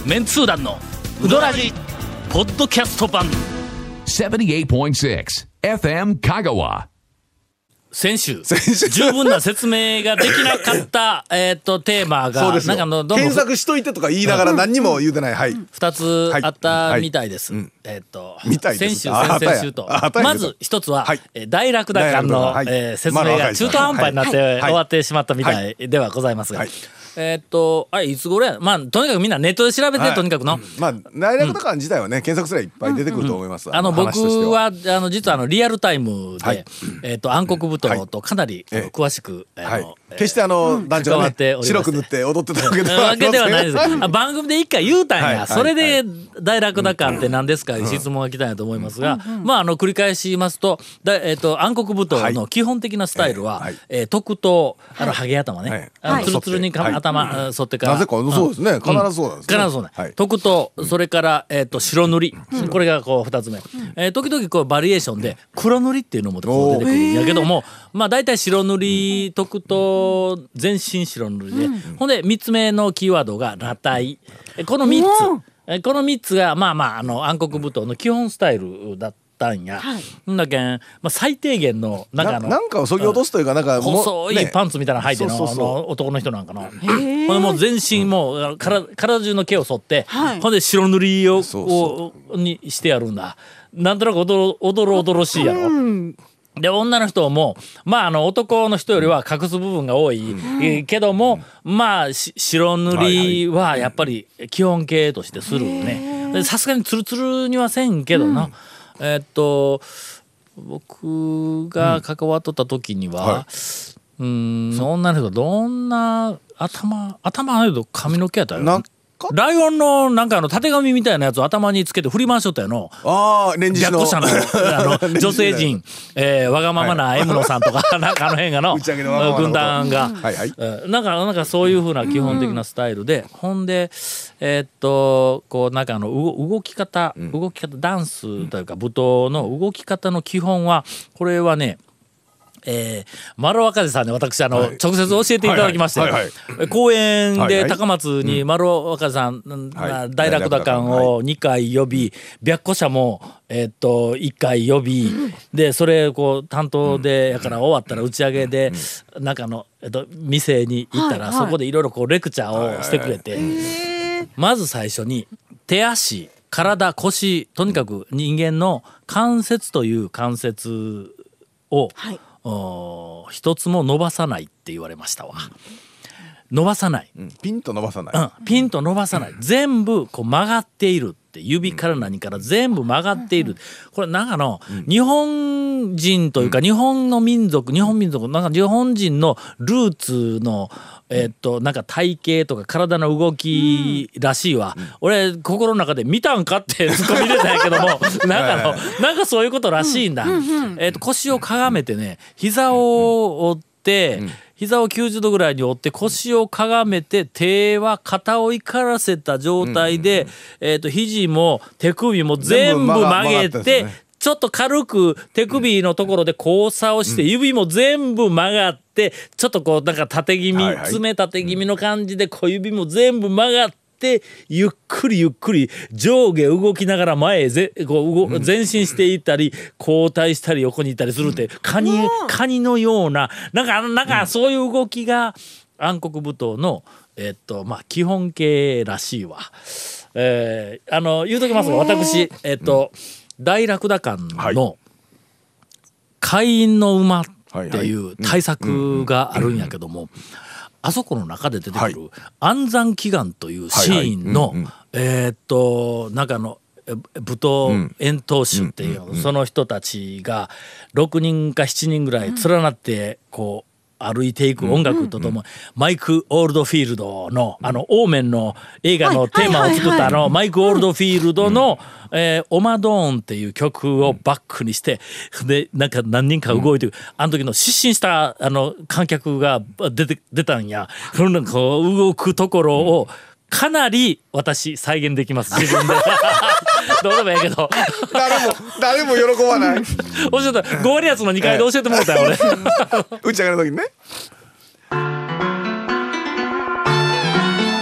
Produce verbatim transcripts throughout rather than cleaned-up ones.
メンツー団のウドラジポッドキャスト版ななじゅうはちてんろく エフエム 香川。 先週十分な説明ができなかったえっとテーマがそうですよ。 なんかのどんどん検索しといてとか言いながら何にも言うてない。はい。 ふたつあったみたいです、 はいはいえっとみたいです先週あ先々週とああたやまず一つは、 はいえー大楽打感の、 大楽打はいえー説明が中途半端になってはい終わってしまったみたいではございますが、 はいえっとあれいつ頃やまあとにかくみんなネットで調べて、 はいとにかくの、 まあ大楽打感自体はね、検索すればいっぱい出てくると思います。 あの僕話としてはあの実はあのリアルタイムで、 はいえっと暗黒舞踏とかなり、あのええ詳しく、あのはい。決してあの団長が関わっておりましてね白く塗って踊ってたわけではわけではないです。あ番組で一回言うたんや、 はいはいそれで大楽打感って何ですか、質問が来たんやと思いますが、まああの繰り返しますと、だえっ、と暗黒舞踏の基本的なスタイルは、 はいえー特等あのハゲ頭ね、 はいあのツルツルにか、 はい頭、うん沿ってからなぜかそうですね。必ずそうなんですね。 必ずそうね、 はい。 特等それから、えー、と白塗り、これがこうふたつめ、えー時々こうバリエーションで黒塗りっていうのもこう出てくるんやけども、まあ大体白塗り特等全身白塗りで、ほんでみっつめのキーワードが裸体、えこのみっつえこのみっつがまあまああの暗黒舞踏の基本スタイルだったんや、んだけん、まあ、最低限のなんかあなのなんかをそぎ落とすというか、なんかもう細いねパンツみたいなの履いてるの、 そうそうそうあの男の人なんかな。ほんでもう全身もう体体中の毛を剃って、 はいほんで白塗りをそうこうにしてやるんだ。なんとなくおどろおどろおどろしいやろ。で女の人もまああの男の人よりは隠す部分が多い、えーけどもまあし白塗りはやっぱり基本形としてするね。でさすがにツルツルにはせんけどな。えーっと僕が関わっとった時には、 はうーん女の人がどんな頭頭あれと髪の毛やったよ。 なんかライオンのなんかあのたてがみみたいなやつを頭につけて振り回しとったよの。 ああレンジの白者のあの女性陣、えーわがままな M 野さんとか、なんかあの辺がの打ち上げのわがままなこと軍団が、 はいはいえーなんかなんかそういう風な基本的なスタイルで、ほんでえーっとこうなんかあの動動き方、動き方ダンスというか舞踏の動き方の基本はこれはね。えー、丸若瀬さんに私あの、 はい直接教えていただきまして、 はいはいはい公園ではいはい高松に丸若瀬さん、 はい大楽打館をにかい呼び、白虎社も、えーっといっかい呼び、でそれこう担当でやから終わったら打ち上げで、なんかあの、えっと、店に行ったら、 はいはいそこでいろいろこうレクチャーをしてくれて、まず最初に手足体腰とにかく人間の関節という関節を、 はいお一つも伸ばさないって言われましたわ。伸ばさない、 うんピンと伸ばさない。 うん、ピンと伸ばさない、全部こう曲がっているって指から何から全部曲がっている。これなんかの日本人というか日本の民族日本民族なんか日本人のルーツのえっとなんか体型とか体の動きらしいわ。俺心の中で見たんかってツッコミ入れたんやけどもなんかのなんかそういうことらしいんだ。えっと腰をかがめてね膝を折って膝をきゅうじゅうどぐらいに折って腰をかがめて手は肩を怒らせた状態で、えー、と肘も手首も全部曲げ全部曲が曲がってんて、 ですねちょっと軽く手首のところで交差をして、指も全部曲がってちょっとこうなんか縦気味、 はいはい爪縦気味の感じで小指も全部曲がってでゆっくりゆっくり上下動きながら前へぜこう動前進していったり後退したり横に行ったりするってカニカニのようななんかあのなんかそういう動きが暗黒舞踏のえっとまあ基本形らしいわ。えーあの言うときますが私えっと大楽打館の会員の馬っていう大作があるんやけども。あそこの中で出てくる安産祈願というシーンのえーっとなんかあのえ舞踏演闘集っていうその人たちがろくにんかしちにんぐらい連なってこう歩いていく音楽とともにマイク・オールドフィールドのあのオーメンの映画のテーマを作ったあのマイク・オールドフィールドのえー、オマドーンっていう曲をバックにしてでなんか何人か動いてる、あの時の失神したあの観客が出て出たんや。そのなんかこう動くところをかなり私再現できます自分でどうでもいいけど誰も誰も喜ばない教えたご割やつのにかいで教えてもらったよ俺打ち上げの時にね。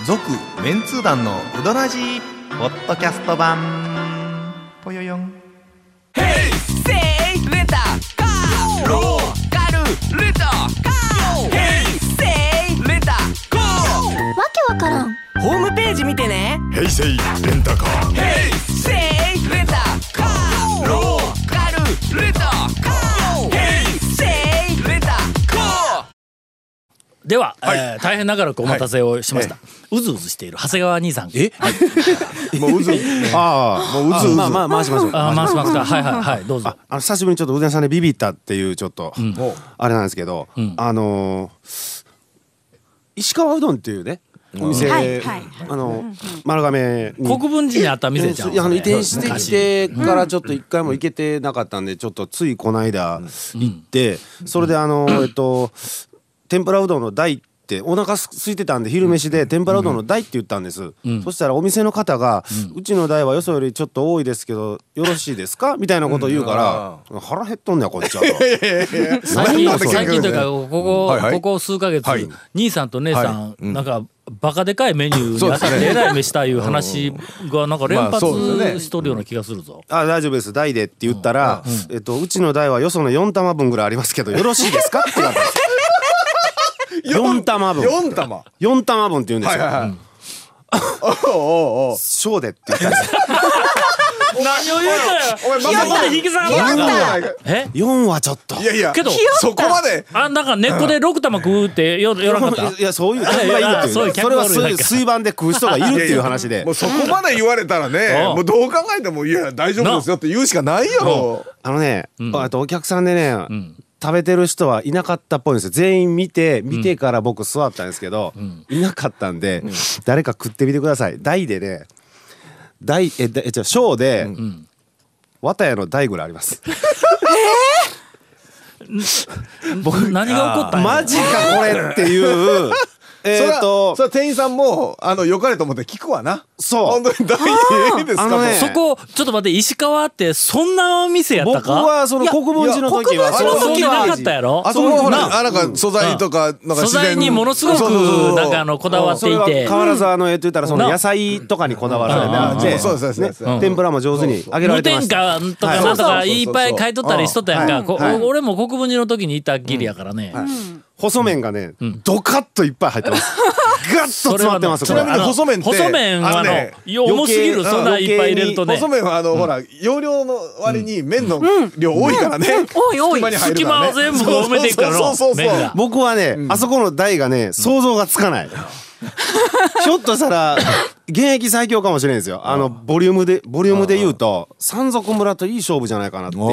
続メンツー団のウドラジーポッドキャスト版ぽよよん。 ヘイセイレンタカーローカルレンタカーヘイセイレンタカーわけわからん。 ホームページ見てね。 ヘイセイレンタカー。 ヘイセイレンタカーローカルレンタカーヘイセイレンタカー。 では、はい、えー、大変長らくお待たせをしました、はい、うずうずしている長谷川兄さん。え、はい、 もううずああもううずうず、 まあまあ回しましょう。 あ回しますか。はいはいはい、どうぞ。 ああの久しぶりにちょっとうどん屋さんでビビったっていうちょっと、うん、あれなんですけど、うん、あのー、石川うどんっていうねお店、はいはい、あの丸亀に国分寺にあった店じゃん。 いやあの移転してきてからちょっと一回も行けてなかったんで、ちょっとついこの間行って、うん、それであのえっと天ぷらうどんの大ってお腹空いてたんで昼飯で天ぷらうどんの大って言ったんです、うん、そしたらお店の方が、うん、うちの大はよそよりちょっと多いですけどよろしいですかみたいなことを言うから、うん、腹減っとんねやこっちはと最近最近というかここ、はいはい、ここ数ヶ月、はい、兄さんと姉さん、はい、なんかバカでかいメニューに当たってえらい飯したいう話がなんか連発しとるような気がするぞ。 あ、大丈夫です大でって言ったら、うん、えっと、うちの大はよそのよん玉分ぐらいありますけどよろしいですかって言われたんですよん玉分よん玉よん玉分って言うんですよ。 はいはいはい、うん、おおおショーでって言ったんです何を言うたよ。お前まさか引き算えよんはちょっといやいやけどそこまであなんか根っこでろく玉食うってよらなかった。 いやそういう客がいるっていうそれは水盤で食う人がいるっていう話でもうそこまで言われたらねもうどう考えてもいや大丈夫ですよって言うしかないよ。 あのねあとお客さんでね食べてる人はいなかったっぽいんですよ。全員見て見てから僕座ったんですけど、うん、いなかったんで、うん、誰か食ってみてください。大でね大ええじゃ小で、うん、綿屋の大ぐらいあります。 えー、僕何が起こったんやマジかこれっていうえーとそれは店員さんもあの良かれと思って聞くわな。 そう本当に大いいですか、 ね、そこちょっと待って石川ってそんな店やったか。 僕はその国分寺の時はその時はなかったやろ。 あそこはほらなんか素材とかなんか素材にものすごくなんかあのこだわっていて変わらずあのえっと言ったらその野菜とかにこだわられててそうですね天ぷらも上手に揚げられてました。 無添加とかなんとかいっぱい買い取ったりしとったやんか。俺も国分寺の時にいたきりやからね。 細麺がねドカッといっぱい入ってます。ガッと詰まってます。 ちなみに細麺って細麺はあの重すぎる。そんないっぱい入れるとね細麺はあのほら容量の割に麺の量多いからね。 多い多い隙間を全部埋めていくからの麺が。 僕はねあそこの台がね想像がつかない。ひょっとしたら現役最強かもしれないですよ。あのボリュームでボリュームで言うと山賊村といい勝負じゃないかなっていう。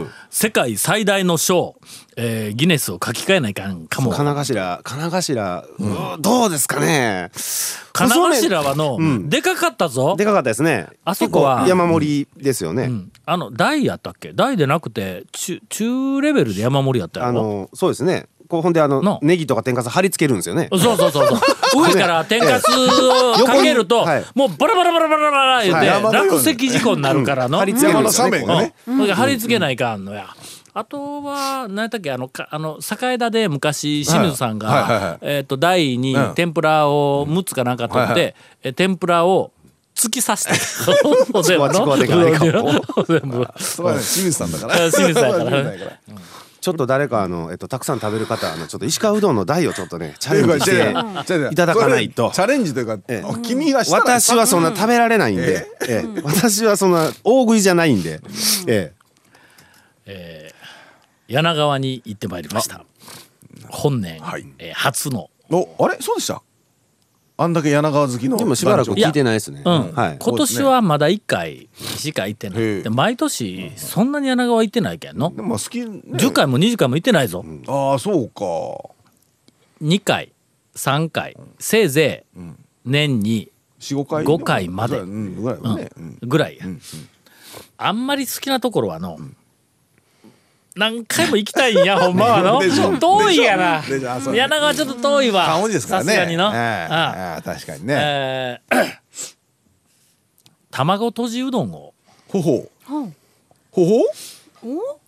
世界最大の賞、えー、ギネスを書き換えないかんかも。 金頭金頭、うん、どうですかね。 金頭はの、うん、でかかったぞ。 でかかったですね。 あそこは山盛りですよね、 うん、あの大やったっけ。大でなくて中中レベルで山盛りやったやろ。 あのそうですね。こうほんであのネギとか天かす貼り付けるんですよね。 そうそうそうそう上から天かすをかけると、はい、もうバラバラバラバラバラ言って、はい、落石事故になるからの、うん、 貼り付けるんですよね。 山の斜面がね、 うん、貼り付けないかんのや。あとは何やったっけあのかあの栄田で昔清水さんが、はいはいはいはい、えっ、ー、と台に天ぷらをむっつかなんか取って、うんはいはい、え天ぷらを突き刺して全部の全部そうだね清水さんだから清水さんだからね。 ちょっと誰かあの、えっと、たくさん食べる方あのちょっと石川うどんの台をちょっとねチャレンジしていただかないと。 チャレンジというか、ええ、君がしたら私はそんな食べられないんで、ええ、私はそんな大食いじゃないんで、えええー、柳川に行ってまいりました。本年、はい、えー、初のおあれそうでした。あんだけ柳川好きのでもしばらく聞いてないですね。 うんはい、今年はまだいっかいしか行ってない。で毎年そんなに柳川行ってないけんの。 でも好き、ね、 じゅっかいもにじゅっかいも行ってないぞ、うん、 ああそうか。 にかいさんかいせいぜい年にごかいまでぐらいや。あんまり好きなところはの、うん何回も行きたいんやほんまはの遠いやな。柳川ちょっと遠いわ。さすがにの、えー、 ああ確かにね、 えー、卵とじうどんをほほほほ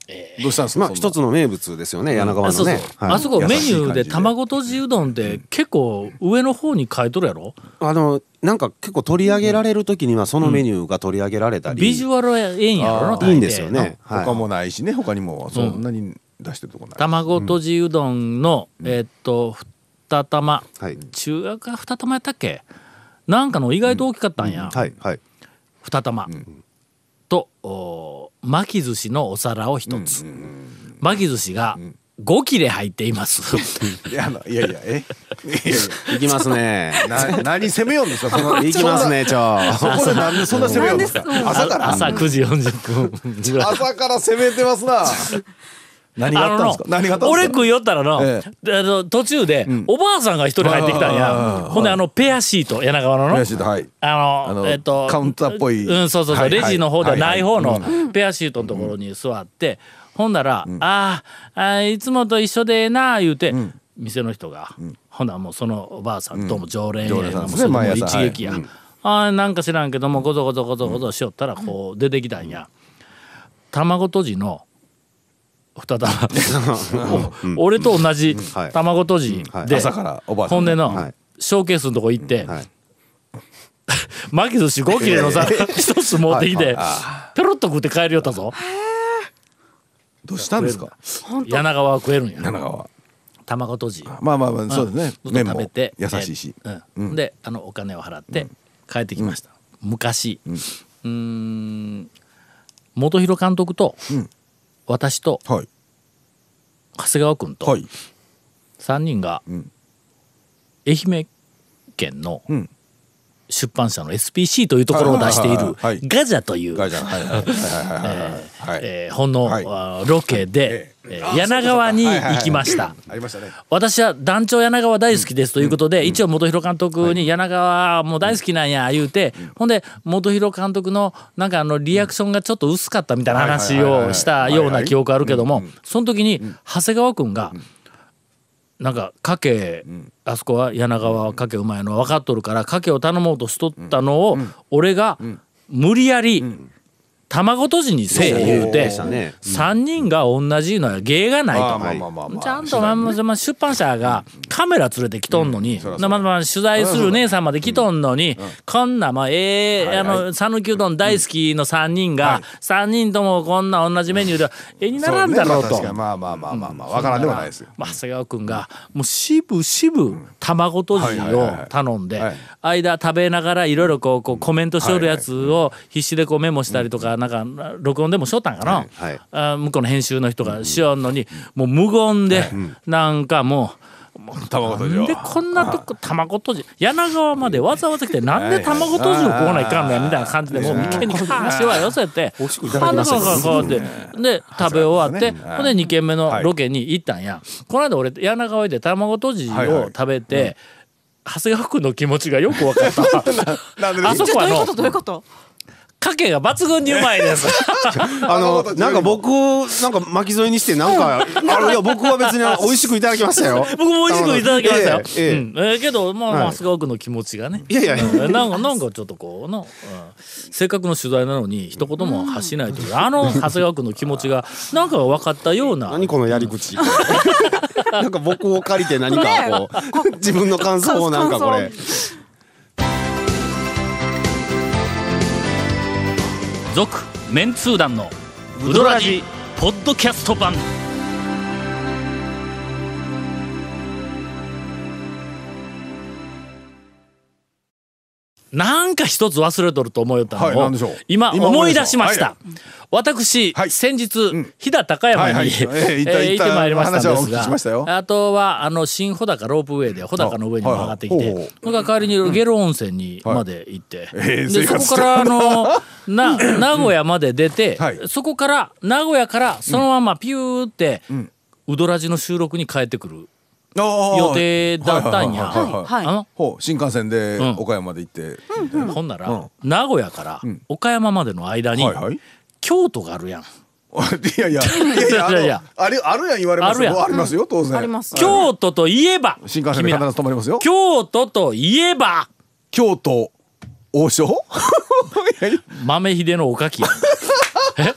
どうしたんですか。 まあ一つの名物ですよね、柳川のね。 そうそう、 はいあそこメニューで優しい感じで卵とじうどんって結構上の方に書いとるやろ。 あのなんか結構取り上げられる時にはそのメニューが取り上げられたり、 ビジュアルはええんやろな。 あー大抵いいんですよね。はい他もないしね、他にもそんなに出してるとこない。 卵とじうどんの、えーっと二玉、 はい中学か二玉やったっけ、なんかの意外と大きかったんや、 はいはい二玉、とお巻き寿司のお皿を一つ、巻き寿司がご切れ入っていますいやあのいやいやえいやい行きますね。 やな何攻めようんですか。その行きますね、ちょ。 そこでなんでそんな攻めようんですか。朝から朝くじよんじゅっぷんぐらい朝から攻めてますな。何があったんですか。何があったんですか。 俺食いよったらの,、 えあの途中で、おばあさんが一人入ってきたんや、 あーほんであのペアシート柳川ののペアシートはいあのあのえっとカウンターっぽいうんそうそうそう、 はいはいレジの方ではない方のはいはペアシートのところに座って、ほんなら、あーあーいつもと一緒でええな言うて、店の人が、ほんならもうそのおばあさんとも常連や、 常連さんですねもうそれも毎朝一撃や、あーなんか知らんけどもごぞごぞごぞごぞしよったらこう出てきたんや、卵とじの二玉お俺と同じはい卵とじはいで、 朝からおばあさんほんでの、 はいショーケースのとこ行って、 はい巻き寿司ご切れのさ一つ持ってきてペロッと食って帰りよったぞ。 どうしたんですか。 柳川は食えるんや柳川。 卵とじまあまあまあそうですね。 ずっと麺も食べて優しいし。 えーうんであのお金を払って帰ってきました、昔うーん本広監督と、 ん私とはい長谷川君とはい。 さんにんがん愛媛県のん出版社の エスピーシー というところを出しているはいはいはいはいガジャというガイジャンはいはいはいはいはいはい。 えー本の、 はいあーロケで、えー柳川に行きました。 ありましたね。 私は団長柳川大好きですということで、一応本広監督に柳川もう大好きなんや言うて、ほんで本広監督のなんかあのリアクションがちょっと薄かったみたいな話をしたような記憶あるけども、その時に長谷川君がなんかかけ、あそこは柳川かけうまいの分かっとるからかけを頼もうとしとったのを俺が無理やり卵とじにせえ言うてしたね。 さんにんが同じのは芸がないと。 まあまあまあまあ。 ちゃんとまあまあ出版社がカメラ連れてきとんのに、まあまあ取材する姉さんまで来とんのに、こんなまあええあの讃岐うどん大好きのさんにんがさんにんともこんな同じメニューで絵にならんだろうと。 そうねまあまあまあまあまあわからんではないですよ。 まあ長谷川君がもうしぶしぶ卵とじを頼んではい間食べながらいろいろこうこうコメントしとるやつを必死でこうメモしたりとかなんか録音でもしとったんかな、 はいあ向こうの編集の人がしよんのにもう無言でなんかもう卵とじをなんでこんなとこ卵とじ柳川までわざわざ来てなんで卵とじを食わないかんねんみたいな感じでもう眉間に足を寄せて美味しくいただきましたあこうやってで食べ終わってほんでに軒目のロケに行ったんや。この間俺柳川で卵とじを食べて長谷川君の気持ちがよく分かったなんであそこはのどういうことかけが抜群にうまいですあのなんか僕なんか巻き添えにしてなんかあのいや僕は別に美味しくいただきましたよ。 僕も美味しくいただきましたよ、 ええええうんえーけどまあはい長谷川君の気持ちがねいやいやうんなんかなんかちょっとこうの、うん、せっかくの取材なのに一言も発しないというあの長谷川君の気持ちがなんか分かったような何このやり口なんか僕を借りて何かこう自分の感想をなんかこれ続メンツー団のウドラジポッドキャスト版なんか一つ忘れとると思いよったのを、 はい何でしょう今今思い出しました、 はい私、 はい先日、飛騨高山に、 はいはいええ行ったえー行ってまいりましたん話はお聞きですがしましたよあとはあの新穂高ロープウェイで穂高の上にも上がってきて、 はいはいほうほうそれから代わりにゲロ温泉にまで行って、 ええで生活そこからあのな名古屋まで出て、 はいそこから名古屋からそのままピューって、うどらじの収録に帰ってくる予予定だったんや。 はいはいはいはいはいあのほう新幹線でうん岡山まで行ってほんなら、名古屋から岡山までの間に、 はいはい京都があるやん。 いやいやいやいやあいやいやのあれあるやん言われますあるやんよありますよ当然あります京都といえば新幹線で必君らず止まりますよ京都といえば京都王将豆秀のおかきやんえ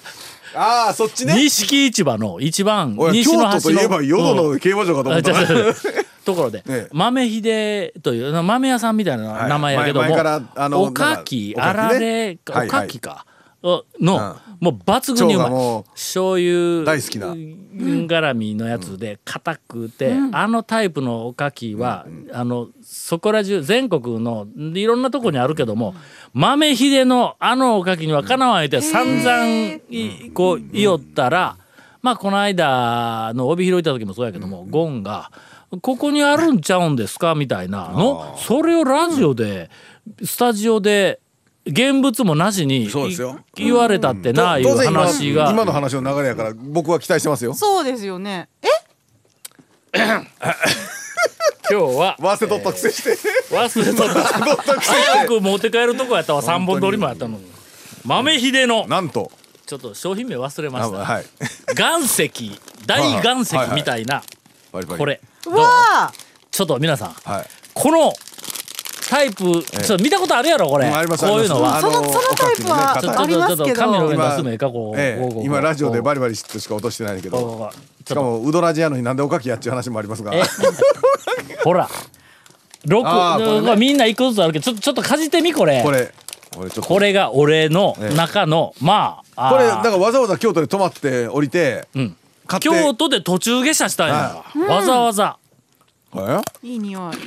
ああそっちね。 錦市場の一番おい西の端の京都といえば淀の競馬場かと思ったら、 うんところで、 ええ豆秀という豆屋さんみたいな名前やけども、 はい前前からあのおかきなんかあられおかきねおかきかの、もう抜群にうまい腸がもう醤油大好きな絡みのやつで硬くて、あのタイプのおかきは、あのそこら中全国のいろんなとこにあるけども、豆秀のあのおかきにはかなわん言うて散々いこう言おったら、まあこの間の帯広行った時もそうやけども、ゴンがここにあるんちゃうんですかみたいなの、それをラジオでスタジオで現物もなしにそうですよ言われたってないう当然今話が、 今の話の流れやから僕は期待してますよ。 そうですよね。え今日は忘れとったくせして忘れとった早く持って帰るとこやったわ。さんぼん通りもやったのに。豆秀のなんとちょっと商品名忘れました。 あはい岩石大岩石みたいなバリバリこれどうわあちょっと皆さんはいこのタイプちょっと見たことあるやろこれ、 うんありますこういうのはありますそのそのタイプはおかきのねありますけどちょっとちょっと紙の上に出すのええかこう、 ええこうこう今ラジオでバリリバリしか落としてないけど、 ちょっとしかもうどらじやのになんでおかきやっちゅう話もありますが、 えほら六あーこれねこれみんな一個ずつあるけどちょっとちょっとかじってみこれこれこれちょっとこれが俺の中の、まああーこれだからわざわざ京都で泊まって降りて、 うん買って京都で途中下車したんや、わざわざはいいい匂い。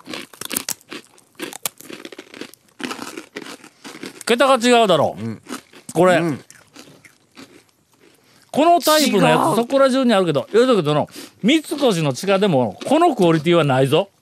桁が違うだろう、これ、このタイプのやつそこら中にあるけど言うとくけどの三越の地下でもこのクオリティはないぞ、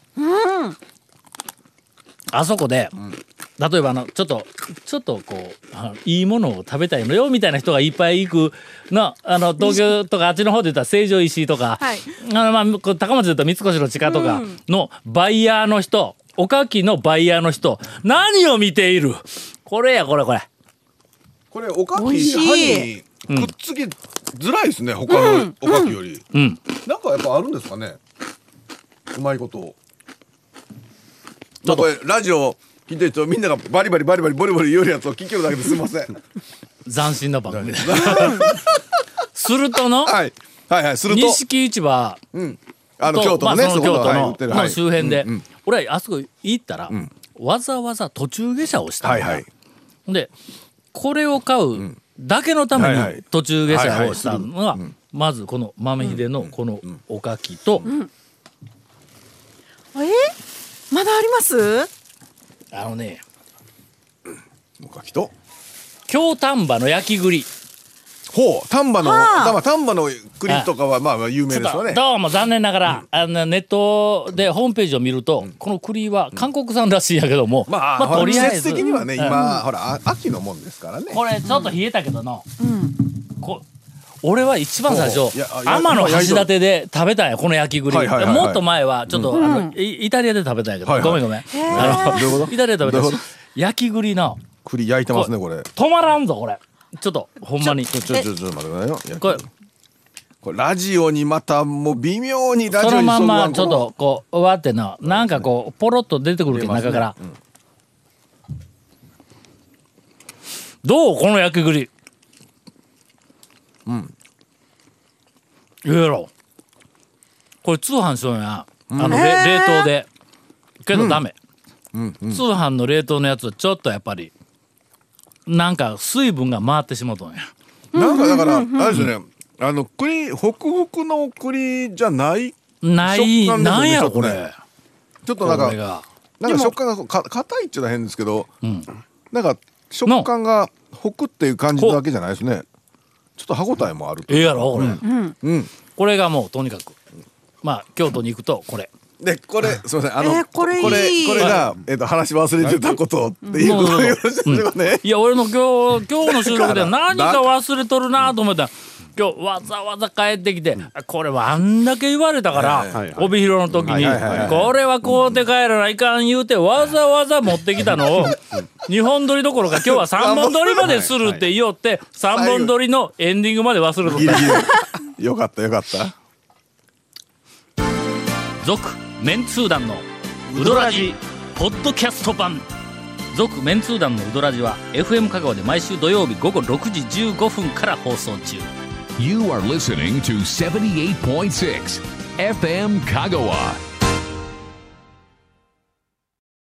あそこで、例えばあのちょっとちょっとこうあのいいものを食べたいのよみたいな人がいっぱい行くのあの東京とかあっちの方で言ったら成城石井とか、 はいあのまあこう高松で言ったら三越の地下とかのバイヤーの人、おかきのバイヤーの人何を見ているこれやこれこれこれおか美味しいき歯にくっつきづらいですね、他のおかきより、 うんなんかやっぱあるんですかね、うまいことまあこれラジオ聞いてる人みんながバリバリバリバリボリボリ言うやつを聞けるだけですいません斬新な番組でするとのはいはいはいすると錦市場あのと京都のね、 まあ、その京都はい売のってるはいの周辺で、 うんうん俺はあそこ行ったら、わざわざ途中下車をしたんだ、 はいはいでこれを買うだけのためはいはいに途中下車をしたのがまずこの豆秀のこのおかきと、 えまだあります？ あのねおかきと京丹波の焼き栗ほう丹波のはあ丹波丹波の栗とかはまあまあ有名ちょっとですよね。 どうも残念ながら、あのネットでホームページを見ると、この栗は韓国産らしいんやけども、 まあ、 まあとりあえ季ず節的にはね、 うん今ほらあ秋のもんですからね。 これちょっと冷えたけどの、こ俺は一番最初いやいや天の橋立で食べたんやこの焼き栗、 はいはいはいはいもっと前はちょっと、あのイイタリアで食べたんやけど、 はいはいごめんごめん、あのどういうことイタリアで食べたしどういうこと焼き栗の栗焼いてますねこれ。 止まらんぞこれちょっとほんまにちょちょちょちょ待ってくださいよ。いやこれこれラジオにまたもう微妙にラジオにそのまんまちょっそぐわんとこうわってななんかこうポロッと出てくるけど中から、どうこの焼き栗うんいいやろこれ通販しようや、あのれ冷凍でけどダメ、通販の冷凍のやつはちょっとやっぱりなんか水分が回ってしまうとんやなんかだからあれですね、あの栗ホクホクの栗じゃないない、 食感ですよねなんやろこちょっとねれちょっとなんかこれがなんか食感がそうか硬いっちゅうのは変ですけど、なんか食感がホクっていう感じだけじゃないですね。ちょっと歯ごたえもあるとええやろこれ、 うんこれがもうとにかくまあ京都に行くとこれでこれすみませんあの、 えーこれいいこれこれが、えっと話忘れてたことっていうことをよろしいでしょうかね。 いや俺の今日今日の収録で何か忘れとるなと思ったら今日わざわざ帰ってきてこれはあんだけ言われたから、 はいはい帯広の時に、 はいはいはいはいこれは買うて帰らないかん言うてわざわざ持ってきたのをにほん撮りどころか今日はさんぼん撮りまでするって言おってさんぼん撮りのエンディングまで忘れとったギリギリよかったよかった。 続メンツー団のウドラジポッドキャスト版続メンツー団のウドラジは エフエム 香川で毎週土曜日午後ろくじじゅうごふんから放送中。 You are listening to seventy-eight point six エフエム 香川。